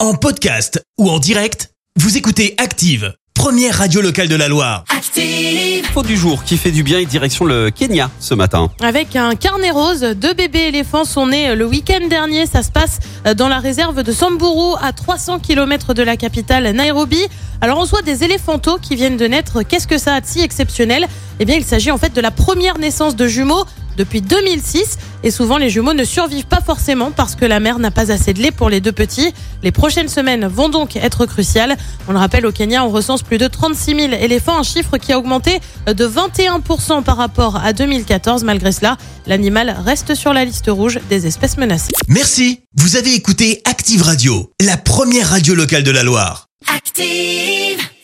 En podcast ou en direct, vous écoutez Active, première radio locale de la Loire. Active. Info du jour qui fait du bien et direction le Kenya ce matin. Avec un carnet rose, 2 bébés éléphants sont nés le week-end dernier. Ça se passe dans la réserve de Samburu, à 300 km de la capitale Nairobi. Alors on reçoit des éléphantos qui viennent de naître. Qu'est-ce que ça a de si exceptionnel ? Eh bien, il s'agit en fait de la première naissance de jumeaux depuis 2006. Et souvent, les jumeaux ne survivent pas forcément parce que la mère n'a pas assez de lait pour les 2 petits. Les prochaines semaines vont donc être cruciales. On le rappelle, au Kenya, on recense plus de 36 000 éléphants, un chiffre qui a augmenté de 21% par rapport à 2014. Malgré cela, l'animal reste sur la liste rouge des espèces menacées. Merci. Vous avez écouté Active Radio, la première radio locale de la Loire. Active.